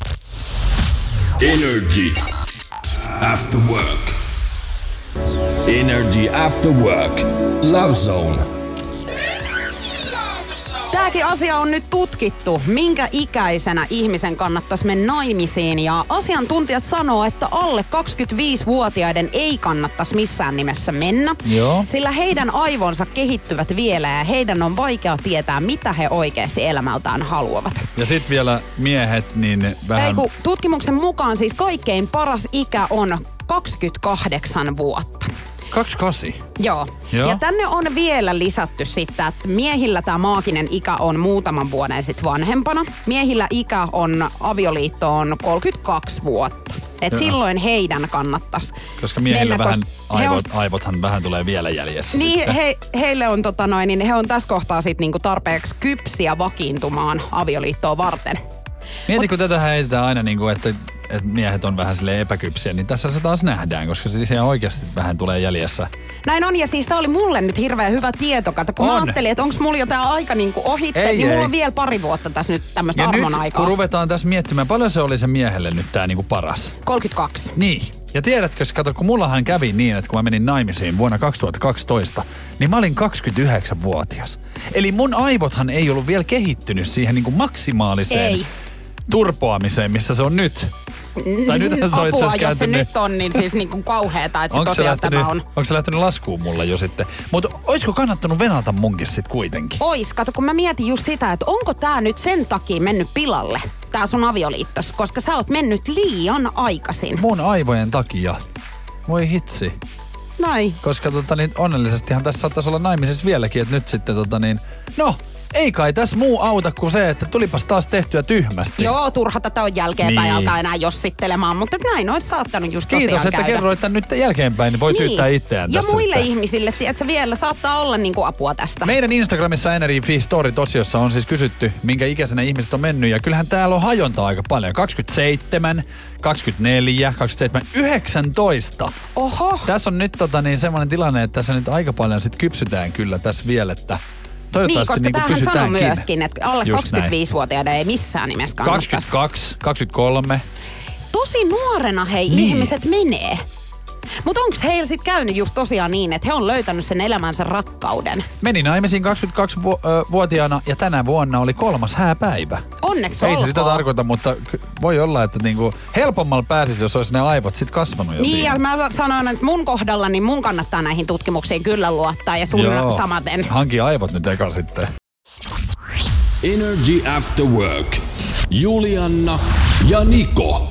Energy After Work. Energy After Work. Love Zone. Tämäkin asia on nyt tutkittu, minkä ikäisenä ihmisen kannattaisi mennä naimisiin. Ja asiantuntijat sanoo, että alle kaksikymmentäviisivuotiaiden ei kannattaisi missään nimessä mennä. Joo. Sillä heidän aivonsa kehittyvät vielä ja heidän on vaikea tietää, mitä he oikeasti elämältään haluavat. Ja sit vielä miehet, niin vähän... Ei, kun tutkimuksen mukaan siis kaikkein paras ikä on kaksikymmentäkahdeksan vuotta. kaksikymmentäkahdeksan. Joo. Joo. Ja tänne on vielä lisätty sitten, että miehillä tämä maaginen ikä on muutaman vuoden sitten vanhempana. Miehillä ikä on avioliittoon kolmekymmentäkaksi vuotta. Et Joo. silloin heidän kannattaisi Koska miehillä mennä, vähän, koska he on- aivot, aivothan vähän tulee vielä jäljessä Niin, sitten. he, heille on, tota noin, niin he on tässä kohtaa sit niinku tarpeeksi kypsiä vakiintumaan avioliittoa varten. Mieti, kun tätä heitetään aina, niin kuin, että, että miehet on vähän silleen epäkypsiä, niin tässä se taas nähdään, koska se ihan oikeasti vähän tulee jäljessä. Näin on, ja siis tää oli mulle nyt hirveän hyvä tieto. Kato, kun mä On. ajattelin, että onko mulla jo tää aika niinku ohitte, Ei, niin mulla ei. on vielä pari vuotta tässä nyt tämmöistä Ja armon nyt, aikaa. kun ruvetaan tässä miettimään, paljon se oli se miehelle nyt tää niinku paras. kolmekymmentäkaksi. Niin. Ja tiedätkö, kato, kun mullahan kävi niin, että kun mä menin naimisiin vuonna kaksituhattakaksitoista, niin mä olin kaksikymmentäyhdeksänvuotias. Eli mun aivothan ei ollut vielä kehittynyt siihen niinku maksimaaliseen Ei. turpoamiseen, missä se on nyt. Tai nythän se on itse Apua, asiassa jos se kääntynyt. nyt on, niin siis niinku kauheeta, että se Onko se, tosiaan lähtenyt, tämä on. onko se lähtenyt laskuun mulla jo sitten? Mutta olisiko kannattanut venata munkin sit kuitenkin? Ois, kato, kun mä mietin just sitä, että onko tää nyt sen takia mennyt pilalle, tää sun avioliittos, koska sä oot mennyt liian aikaisin. Mun aivojen takia. Voi hitsi. Näin. Koska tota, niin onnellisestihan tässä saattaisi olla naimisissa vieläkin, että nyt sitten tota niin... No, ei kai tässä muu auta kuin se, että tulipas taas tehtyä tyhmästi. Joo, turha tätä on jälkeenpäin Niin. alkaa enää jossittelemaan, mutta näin olisi saattanut just Kiitos, tosiaan että käydä. kerroit tän nyt jälkeenpäin, niin voi Niin. syyttää itseään Ja tässä. muille että- ihmisille, tiedätkö, vielä saattaa olla niinku apua tästä. Meidän Instagramissa Energy Story-osiossa on siis kysytty, minkä ikäisenä ihmiset on mennyt. Ja kyllähän täällä on hajontaa aika paljon. kaksikymmentäseitsemän, kaksikymmentäneljä, kaksikymmentäseitsemän, yhdeksäntoista. Oho. Tässä on nyt tota, niin semmoinen tilanne, että tässä nyt aika paljon sit kypsytään kyllä tässä vielä, että Niin, toivottavasti koska niinku tämähän sanoo pysytäänkin. myöskin, että alle Just näin. kaksikymmentäviisivuotiaiden ei missään nimessä kannattaisi. kaksikymmentäkaksi, kaksikymmentäkolme. Tosi nuorena hei Niin. ihmiset menee. Mutta onko heillä sitten käynyt just tosiaan niin, että he on löytänyt sen elämänsä rakkauden? Meni naimisiin kaksikymmentäkaksivuotiaana ja tänä vuonna oli kolmas hääpäivä. Onneksi Ei olkoon. se sitä tarkoita, mutta voi olla, että niinku helpommalla pääsisi, jos olisi ne aivot sit kasvanut jo Niin, siinä. ja mä sanoin, että mun kohdalla niin mun kannattaa näihin tutkimuksiin kyllä luottaa ja sun Joo. samaten. Hanki aivot nyt eka sitten. Energy After Work. Julianna ja Niko.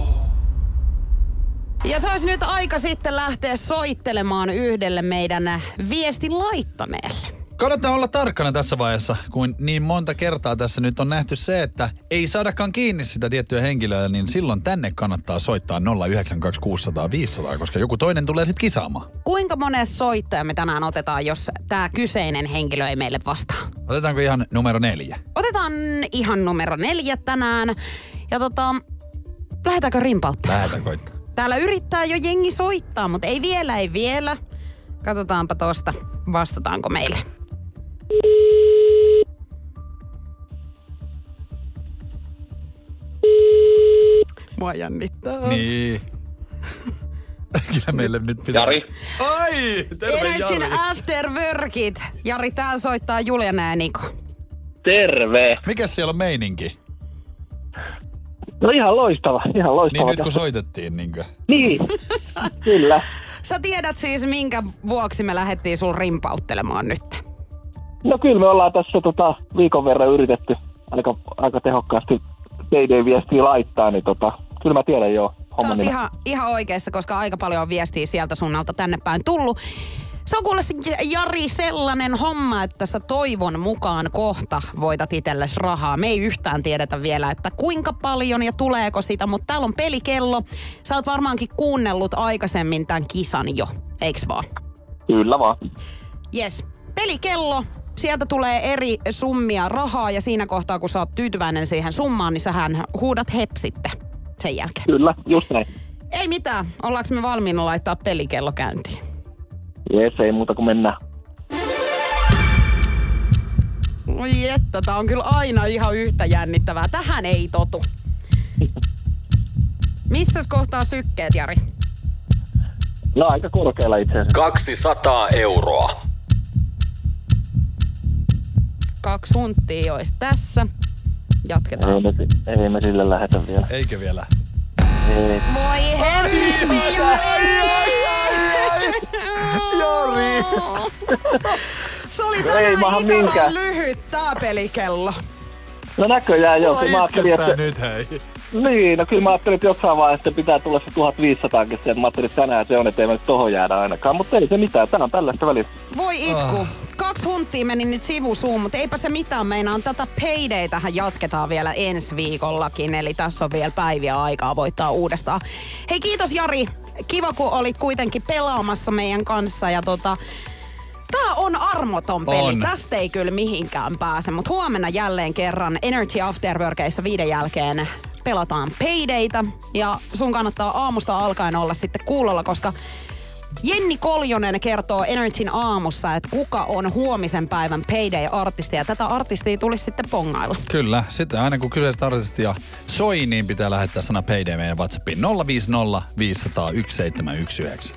Ja se olisi nyt aika sitten lähteä soittelemaan yhdelle meidän viestin laittaneelle. Kannattaa olla tarkkana tässä vaiheessa, kun niin monta kertaa tässä nyt on nähty se, että ei saadakaan kiinni sitä tiettyä henkilöä, niin silloin tänne kannattaa soittaa nolla yhdeksän kaksi kuusi nolla nolla viisi nolla nolla, koska joku toinen tulee sitten kisaamaan. Kuinka monen soittaja me tänään otetaan, jos tämä kyseinen henkilö ei meille vastaa? Otetaanko ihan numero neljä? Otetaan ihan numero neljä tänään. Ja tota, lähdetäänkö rimpauttamaan? Lähetään koittaa. Täällä yrittää jo jengi soittaa, mutta ei vielä, ei vielä. Katsotaanpa tosta, vastataanko meille. Mua jännittää. Niin. Kyllä meille nyt pitää... Jari. Ai! Terve Energyn Jari. After Workit. Jari, täällä soittaa Juliana ja Niko. Terve. Mikäs siellä on meininki? No ihan loistava, ihan loistava. Niin nyt kun tässä. soitettiin, niinkö? Niin, kyllä. Sä tiedät siis, minkä vuoksi me lähdettiin sul rimpauttelemaan nyt. No kyllä me ollaan tässä tota, viikon verran yritetty aika, aika tehokkaasti teidän viestiä laittaa, niin tota, kyllä mä tiedän jo Sä homman oot nimen. ihan, ihan oikeassa, koska aika paljon on viestiä sieltä suunnalta tänne päin tullut. Se on kuule se, Jari, sellainen homma, että sä toivon mukaan kohta voitat itsellesi rahaa. Me ei yhtään tiedetä vielä, että kuinka paljon ja tuleeko sitä, mutta täällä on pelikello. Sä oot varmaankin kuunnellut aikaisemmin tämän kisan jo, eiks vaan? Kyllä vaan. Yes. Pelikello. Sieltä tulee eri summia rahaa ja siinä kohtaa, kun sä oot tyytyväinen siihen summaan, niin sähän huudat hep sitten sen jälkeen. Kyllä, just näin. Ei mitään. Ollaanko me valmiina laittaa pelikello käyntiin? Jees, ei muuta kuin mennään. Oi että, tää on kyllä aina ihan yhtä jännittävää. Tähän ei totu. Missäs kohtaa sykkeet, Jari? No aika korkealla itse asiassa. kaksisataa euroa. Kaksi hunttia olisi tässä. Jatketaan. Ei me, ei me sille lähetä vielä. Eikö vielä? Ei. Voi helvetti! Jari! Se oli Ei tänään maha ikavan minkään. lyhyt tää pelikello. No näköjään joo. Kyllä mä ajattelin, että... nyt hei. Niin, no kyllä mä ajattelin, että jossain vaiheessa pitää tulla se tuhatviisisataakin sieltä. Mä ajattelin, että tänään se on, ettei mä nyt tohon jäädä ainakaan. Mutta ei se mitään, tää on tällaista välissä. Voi itku. Oh. Kaksi hunttia meni nyt sivusuun, mutta eipä se mitään meinaan. Tätä paydaytähän jatketaan vielä ensi viikollakin, eli tässä on vielä päiviä aikaa voittaa uudestaan. Hei, kiitos Jari. Kiva, kun olit kuitenkin pelaamassa meidän kanssa ja tota... Tää on armoton peli. On. Tästä ei kyllä mihinkään pääse, mutta huomenna jälleen kerran Energy After Workissa viiden jälkeen pelataan paydayta. Ja sun kannattaa aamusta alkaen olla sitten kuulolla, koska Jenni Koljonen kertoo Energyn aamussa, että kuka on huomisen päivän payday-artisti. Ja tätä artistia tulisi sitten pongailla. Kyllä, sitten aina kun kyseistä artistia soi, niin pitää lähettää sana payday meidän WhatsAppiin nolla viisi nolla viisi nolla nolla yksi seitsemän yksi yhdeksän.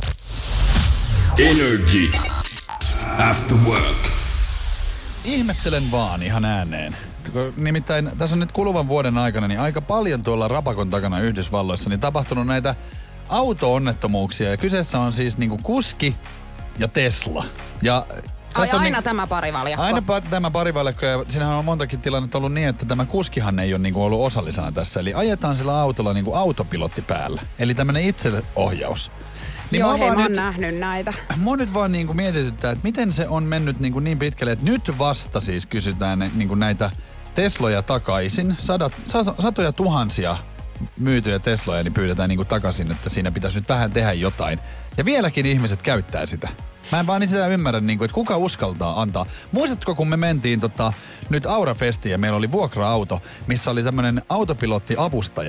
Energy After Work. Ihmettelen vaan ihan ääneen. Nimittäin tässä on nyt kuluvan vuoden aikana niin aika paljon tuolla Rapakon takana Yhdysvalloissa niin tapahtunut näitä auto-onnettomuuksia. Ja kyseessä on siis niinku kuski ja Tesla. Ja Ai on aina niin, tämä parivaljakko. aina pa- tämä parivaljakko ja siinähän on montakin tilannetta ollut niin, että tämä kuskihan ei ole niinku ollut osallisena tässä. Eli ajetaan sillä autolla niinku autopilotti päällä. Eli tämmöinen itseohjaus. Niin Joo, mä hei, vaan mä oon nyt- nähnyt näitä. Mua nyt vaan niinku mietityttää, että miten se on mennyt niinku niin pitkälle, että nyt vasta siis kysytään ne, niinku näitä Tesloja takaisin. Sadat, sa, satoja tuhansia myytyjä Tesloja niin pyydetään niinku takaisin, että siinä pitäisi nyt vähän tehdä jotain. Ja vieläkin ihmiset käyttää sitä. Mä en vaan sitä ymmärrä, niinku, että kuka uskaltaa antaa. Muistatko, kun me mentiin tota, nyt Aura-festiin ja meillä oli vuokra-auto, missä oli semmoinen autopilotti-avustaja,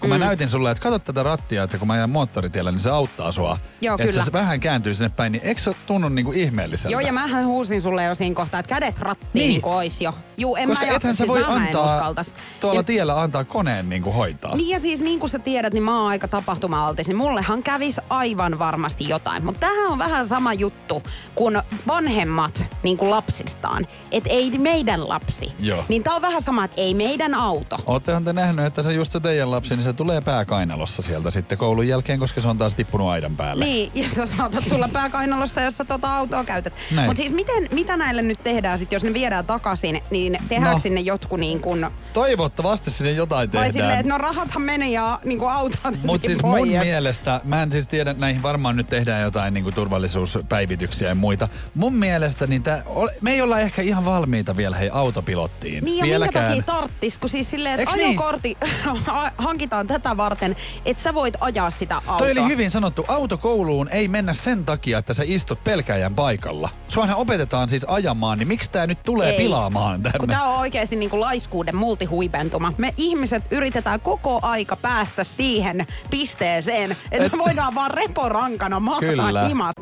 kun mm. mä näytin sulle, että kato tätä rattia, että kun mä jään moottoritiellä, niin se auttaa sua. Joo, että kyllä. se vähän kääntyy sinne päin, niin eikö se tunnu niinku ihmeelliseltä? Joo, ja mähän huusin sulle jo siinä kohtaa, että kädet rattiin niin, niin kuin ois jo. Juu, en koska mä ethän sä voi antaa tuolla ja... tiellä antaa koneen niinku hoitaa. Niin ja siis niin kuin sä tiedät, niin mä oon aika tapahtuma-altis, niin mullehan kävis aivan varmasti jotain. Mutta tämähän on vähän sama juttu kuin vanhemmat niin kuin lapsistaan. Että ei meidän lapsi. Joo. Niin tää on vähän sama, että ei meidän auto. Oottehan te nähnyt, että se just se teidän lapsi, niin se tulee pääkainalossa sieltä sitten koulun jälkeen, koska se on taas tippunut aidan päälle. Niin, ja sä saatat tulla pääkainalossa, jos sä tota autoa käytät. Mutta siis miten, mitä näille nyt tehdään sit, jos ne viedään takaisin, niin tehdäänkö no. sinne jotkut niin kuin... Toivottavasti sinne jotain tehdään. Vai silleen, että no rahathan meni ja niin kuin auto otettiin Mutta siis pois. mun mielestä, mä en siis tiedä, näihin varmaan nyt tehdään jotain niin kuin turvallisuuspäivityksiä ja muita. Mun mielestä niin tää, me ei olla ehkä ihan valmiita vielä hei autopilottiin. Niin ja vieläkään. minkä takia tarttis, kun siis silleen, että niin? ajokortti hankitaan tätä varten, että sä voit ajaa sitä autoa. Toi oli hyvin sanottu. Autokouluun ei mennä sen takia, että sä istut pelkääjän paikalla. Suahan opetetaan siis ajamaan, niin miksi tää nyt tulee ei. pilaamaan tänne? Kun tää on oikeesti niinku laiskuuden multihuipentuma. Me ihmiset yritetään koko aika päästä siihen pisteeseen, että Et... me voidaan vaan reporankana mahtaa himat.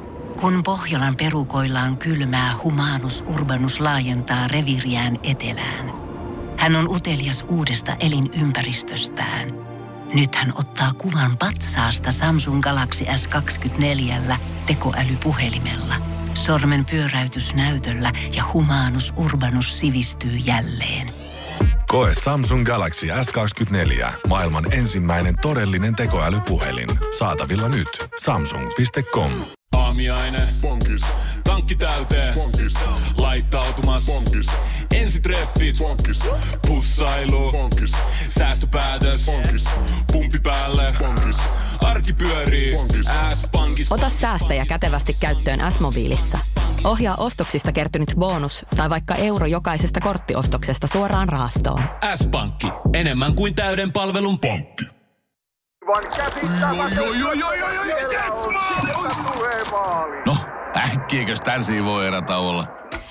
Kun Pohjolan perukoillaan kylmää, Humanus Urbanus laajentaa reviriään etelään. Hän on utelias uudesta elinympäristöstään. Nyt hän ottaa kuvan patsaasta Samsung Galaxy S kaksikymmentäneljä tekoälypuhelimella. Sormen pyöräytys näytöllä ja Humanus Urbanus sivistyy jälleen. Koe Samsung Galaxy S kaksikymmentäneljä, maailman ensimmäinen todellinen tekoälypuhelin. Saatavilla nyt. samsung piste com. Aamiaine. Bonkis. Tankki täyteen. Bonkis. Laittautumas. Bonkis. Ensitreffit. Bonkis. Pussailu. Bonkis. Säästöpäätös. Bonkis. Pumpi päälle. Bonkis. Arki pyörii. S-pankis. Ota säästäjä kätevästi käyttöön S-mobiilissa. Ohjaa ostoksista kertynyt bonus tai vaikka euro jokaisesta korttiostoksesta suoraan rahastoon. S-pankki. Enemmän kuin täyden palvelun pankki. No, äkkiäkös tän voi erätä olla?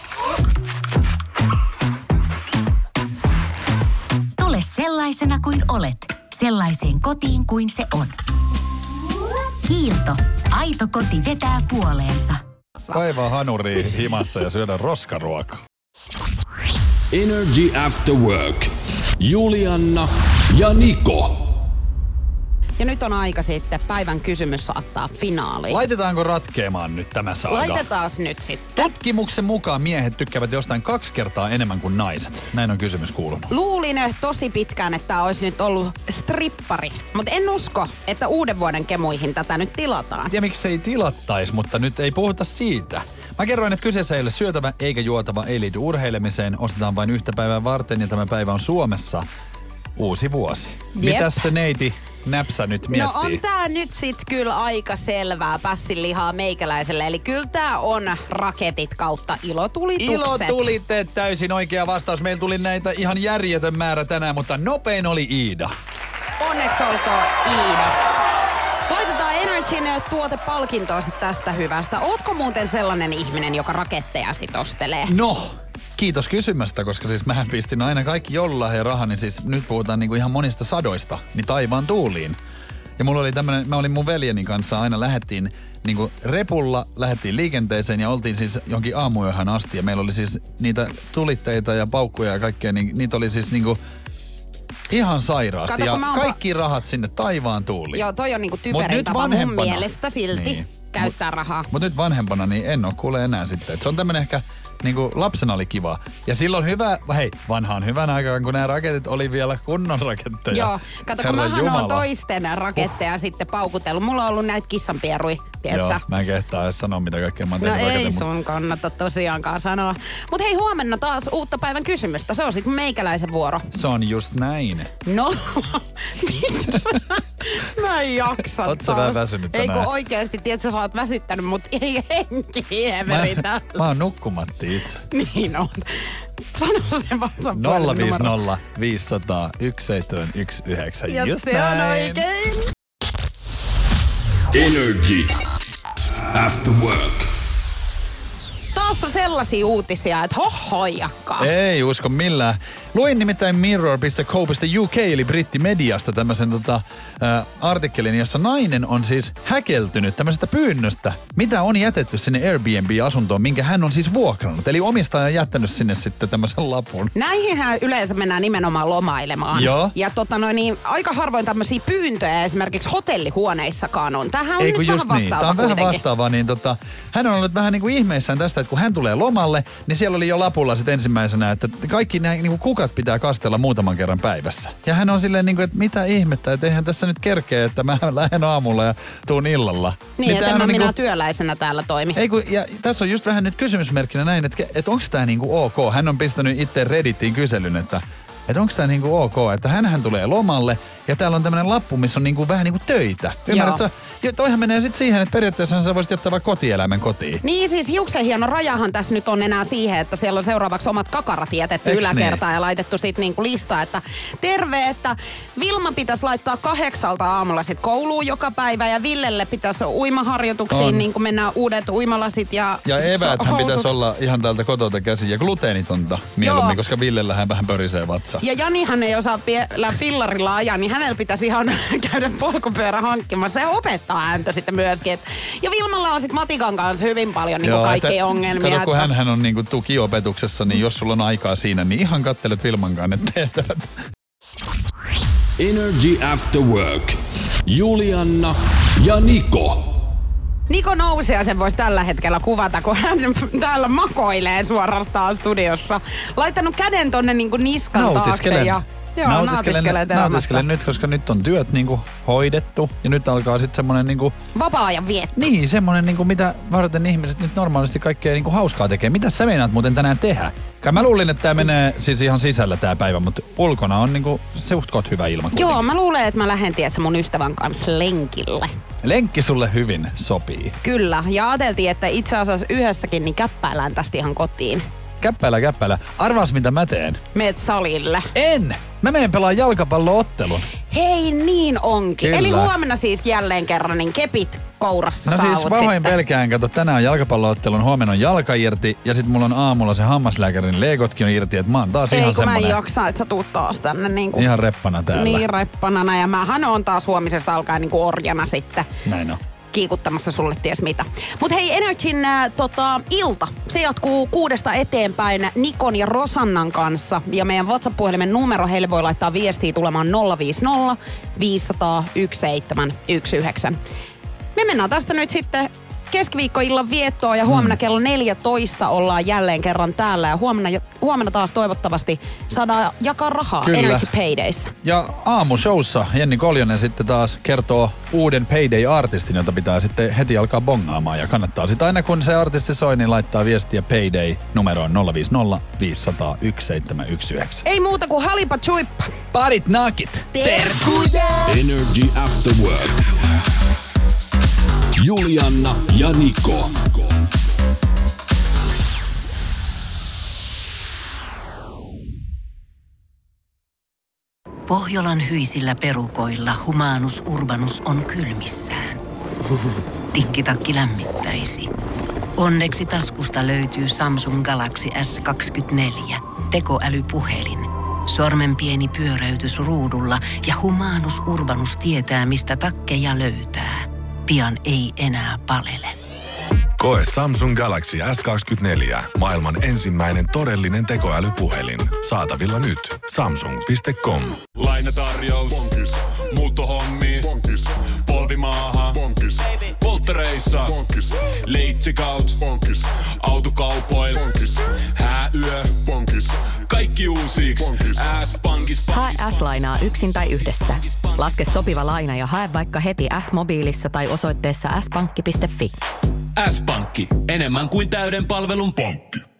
Tule sellaisena kuin olet, sellaiseen kotiin kuin se on. Kiilto. Aito koti vetää puoleensa. Kaivaa hanuri himassa ja syödä roskaruokaa. Energy After Work. Julianna ja Niko. Ja nyt on aika sitten päivän kysymys saattaa finaaliin. Laitetaanko ratkeamaan nyt tämä saaga? Laitetaas nyt sitten. Tutkimuksen mukaan miehet tykkäävät jostain kaksi kertaa enemmän kuin naiset. Näin on kysymys kuulunut. Luulin tosi pitkään, että tämä olisi nyt ollut strippari. Mutta en usko, että uuden vuoden kemuihin tätä nyt tilataan. Ja miksi ei tilattais, mutta nyt ei puhuta siitä. Mä kerroin, että kyseessä ei ole syötävä eikä juotava, ei liity urheilemiseen. Ostetaan vain yhtä päivää varten ja tämä päivä on Suomessa uusi vuosi. Jep. Mitäs se neiti Näpsä nyt miettii? No on tää nyt sit kyllä aika selvää pässinlihaa meikäläiselle. Eli kyllä tää on raketit kautta ilotulitukset. Ilotulitet, täysin oikea vastaus. Meillä tuli näitä ihan järjetön määrä tänään, mutta nopein oli Iida. Onneksi olkoon Iida. Laitetaan Energyn tuotepalkintoa sit tästä hyvästä. Ootko muuten sellainen ihminen, joka raketteja sit ostelee? No, kiitos kysymästä, koska siis mähän pistin aina kaikki joululahja raha, niin siis nyt puhutaan niinku ihan monista sadoista, niin taivaan tuuliin. Ja mulla oli tämmönen, mä olin mun veljeni kanssa, aina lähdettiin niinku repulla, lähdettiin liikenteeseen ja oltiin siis jonkin aamuyöhön asti. Ja meillä oli siis niitä tulitteita ja paukkuja ja kaikkea, niin niitä oli siis niinku ihan sairaasti. Kato, ja kaikki va- rahat sinne taivaan tuuliin. Joo, toi on niinku typerin tapa mun mielestä silti niin. käyttää mut, rahaa. Mutta nyt vanhempana niin en oo kuule enää sitten. Et se on tämmönen ehkä niinku lapsena oli kiva. Ja silloin hyvä, hei, vanhaan hyvän aikaan, kun nämä raketit oli vielä kunnon raketteja. Joo, kato, kun mähän on toisten raketteja uh. sitten paukutellut. Mulla on ollut näitä kissanpierui, tietsä? Joo, mä en kehtaa edes sanoa, mitä kaikkea mä oon No tehnyt ei raketin, sun mutta kannata tosiaankaan sanoa. Mut hei, huomenna taas uutta päivän kysymystä. Se on sit meikäläisen vuoro. Se on just näin. No, mä en jaksa. Oot sä vähän väsynyt tänään? Eikö oikeesti, tiedätkö, sä oot väsyttänyt, mut ei henki heveritä. Mä, mä oon nukkumatti itse. Niin on. Sano se WhatsApp nolla viisi nolla viisi nolla nolla yksi seitsemän yksi yhdeksän. Ja just se näin. on oikein. Energy After Work. Taas on sellaisia uutisia, että hohojakka. Ei usko millään. Luin nimittäin mirror piste co piste u k eli brittimediasta tämmöisen tota, äh, artikkelin, jossa nainen on siis häkeltynyt tämmöisestä pyynnöstä, mitä on jätetty sinne Airbnb-asuntoon, minkä hän on siis vuokrannut. Eli omistaja on jättänyt sinne sitten tämmöisen lapun. Näihinhän yleensä mennään nimenomaan lomailemaan. Joo. Ja tota noin, niin aika harvoin tämmöisiä pyyntöjä esimerkiksi hotellihuoneissakaan on. Tämähän on Ei, nyt kun vähän just niin. vastaava Tämä on kuitenkin. vähän vastaavaa, niin tota, hän on ollut vähän niin kuin ihmeissään tästä, että kun hän tulee lomalle, niin siellä oli jo lapulla sitten ensimmäisenä, että kaikki nämä niin kuin kukat pitää kastella muutaman kerran päivässä. Ja hän on silleen, niin kuin, että mitä ihmettä, että eihän tässä nyt kerkeä, että mä lähden aamulla ja tuun illalla. Niin, niin että mä minä niin työläisenä täällä toimi. Ei kun, ja tässä on just vähän nyt kysymysmerkkinä näin, että, että onko tämä niinku ok. Hän on pistänyt itse Redditiin kyselyn, että, että onko tämä niinku ok, että hänhän tulee lomalle ja täällä on tämmöinen lappu, missä on niinku vähän niinku töitä. Ymmärrätkö? Jo, toihan menee sitten siihen, että periaatteessa sä voisit jättää vaikka kotieläimen kotiin. Niin siis hiuksen hieno rajahan tässä nyt on enää siihen, että siellä on seuraavaksi omat kakarat jätetty Eks yläkertaan niin? ja laitettu sitten niinku lista, että terve, että Vilma pitäisi laittaa kahdeksalta aamulla sit kouluun joka päivä ja Villelle pitäisi uimaharjoituksiin niin kuin mennään uudet uimalasit ja Ja eväthän housut. pitäisi olla ihan täältä kotota käsin ja gluteenitonta mieluummin, Joo. koska Villellähän vähän pörisee vatsa. Ja Janihan ei osaa vielä fillarilla ajaa, niin hänellä pitäisi ihan käydä polkupyörä hankkimassa. Se opettaa häntä sitten myöskin. Et, ja Vilmalla on sitten matikan kanssa hyvin paljon niin kaikkia ongelmia. Kato, kun että... hänhän on niinku tukiopetuksessa, niin jos sulla on aikaa siinä, niin ihan kattelet Vilman kanssa ne tehtävät. Energy After Work. Julianna ja Niko. Niko nousi ja sen voisi tällä hetkellä kuvata, kun hän täällä makoilee suorastaan studiossa. Laittanut käden tonne niin kuin niskan taakse ja joo, nautiskelee terämästä. Nautiskelen nyt, koska nyt on työt niinku hoidettu ja nyt alkaa sitten semmonen niinku... Vapaa-ajan vietto. Niin, semmonen niinku mitä varten ihmiset nyt normaalisti kaikkea niinku hauskaa tekee. Mitä sä meinaat muuten tänään tehdä? Kai mä luulin, että tää menee siis ihan sisällä tää päivä, mutta ulkona on niinku suht hyvä ilma kuitenkin. Joo, mä luulen, että mä lähden tietsä mun ystävän kanssa lenkille. Lenkki sulle hyvin sopii. Kyllä, ja ajateltiin, että itse asiassa yhdessäkin niin käppäillään tästä ihan kotiin. Käppäillä, käppäillä. Arvaas mitä mä teen. Meet salille. En! Mä menen pelaa jalkapallo-ottelun. Hei, niin onkin. Kyllä. Eli huomenna siis jälleen kerran niin kepit kourassa No saavut siis pahoin sitten. pelkään, kato tänään on jalkapallo-ottelun, huomenna on jalka irti ja sit mulla on aamulla se hammaslääkärin leegotkin on irti, että mä oon taas Ei, ihan kun mä en semmonen jaksa, että sä tuut taas tänne niin kuin... ihan reppana täällä. Niin reppanana ja mähän on taas huomisesta alkaen niin kuin orjana sitten. Näin on. Kiikuttamassa sulle ties mitä. Mut hei, Energyn äh, tota, ilta, se jatkuu kuudesta eteenpäin Nikon ja Rosannan kanssa. Ja meidän WhatsApp-puhelimen numero, heille voi laittaa viestiä tulemaan nolla viisi nolla viisi nolla nolla yksi seitsemän yksi yhdeksän. Me mennään tästä nyt sitten keskiviikkoillan viettoon ja huomenna mm. kello neljätoista ollaan jälleen kerran täällä. Ja huomenna, huomenna taas toivottavasti saadaan jakaa rahaa Kyllä. Energy Paydayssa. Ja aamushowssa Jenni Koljonen sitten taas kertoo uuden Payday-artistin, jota pitää sitten heti alkaa bongaamaan. Ja kannattaa sitten aina kun se artisti soi, niin laittaa viestiä Payday numeroon nolla viisi nolla viisi nolla nolla yksi seitsemän yksi yhdeksän. Ei muuta kuin halipa chuippa. Parit nakit! Terkkuja! Energy After Work. Julianna ja Niko. Pohjolan hyisillä perukoilla Humanus Urbanus on kylmissään. Tikkitakki lämmittäisi. Onneksi taskusta löytyy Samsung Galaxy S kaksikymmentäneljä, tekoälypuhelin. Sormen pieni pyöräytys ruudulla ja Humanus Urbanus tietää, mistä takkeja löytää. Pian ei enää palele. Koe Samsung Galaxy S kaksikymmentäneljä, maailman ensimmäinen todellinen tekoälypuhelin. Saatavilla nyt. samsung piste com. Lainatarjous. Bonkis. Muuttohommi. Bonkis. Polvimaaha. Bonkis. Polttereissa. Bonkis. Leitsikaut. Bonkis. Autokaupoil. Bonkis. Hääyö. Bonkis. Kaikki uusiiksi. S-pankis. Hae S-lainaa yksin tai yhdessä. Laske sopiva laina ja hae vaikka heti S-mobiilissa tai osoitteessa s pankki piste fi. S-pankki. Enemmän kuin täyden palvelun pankki.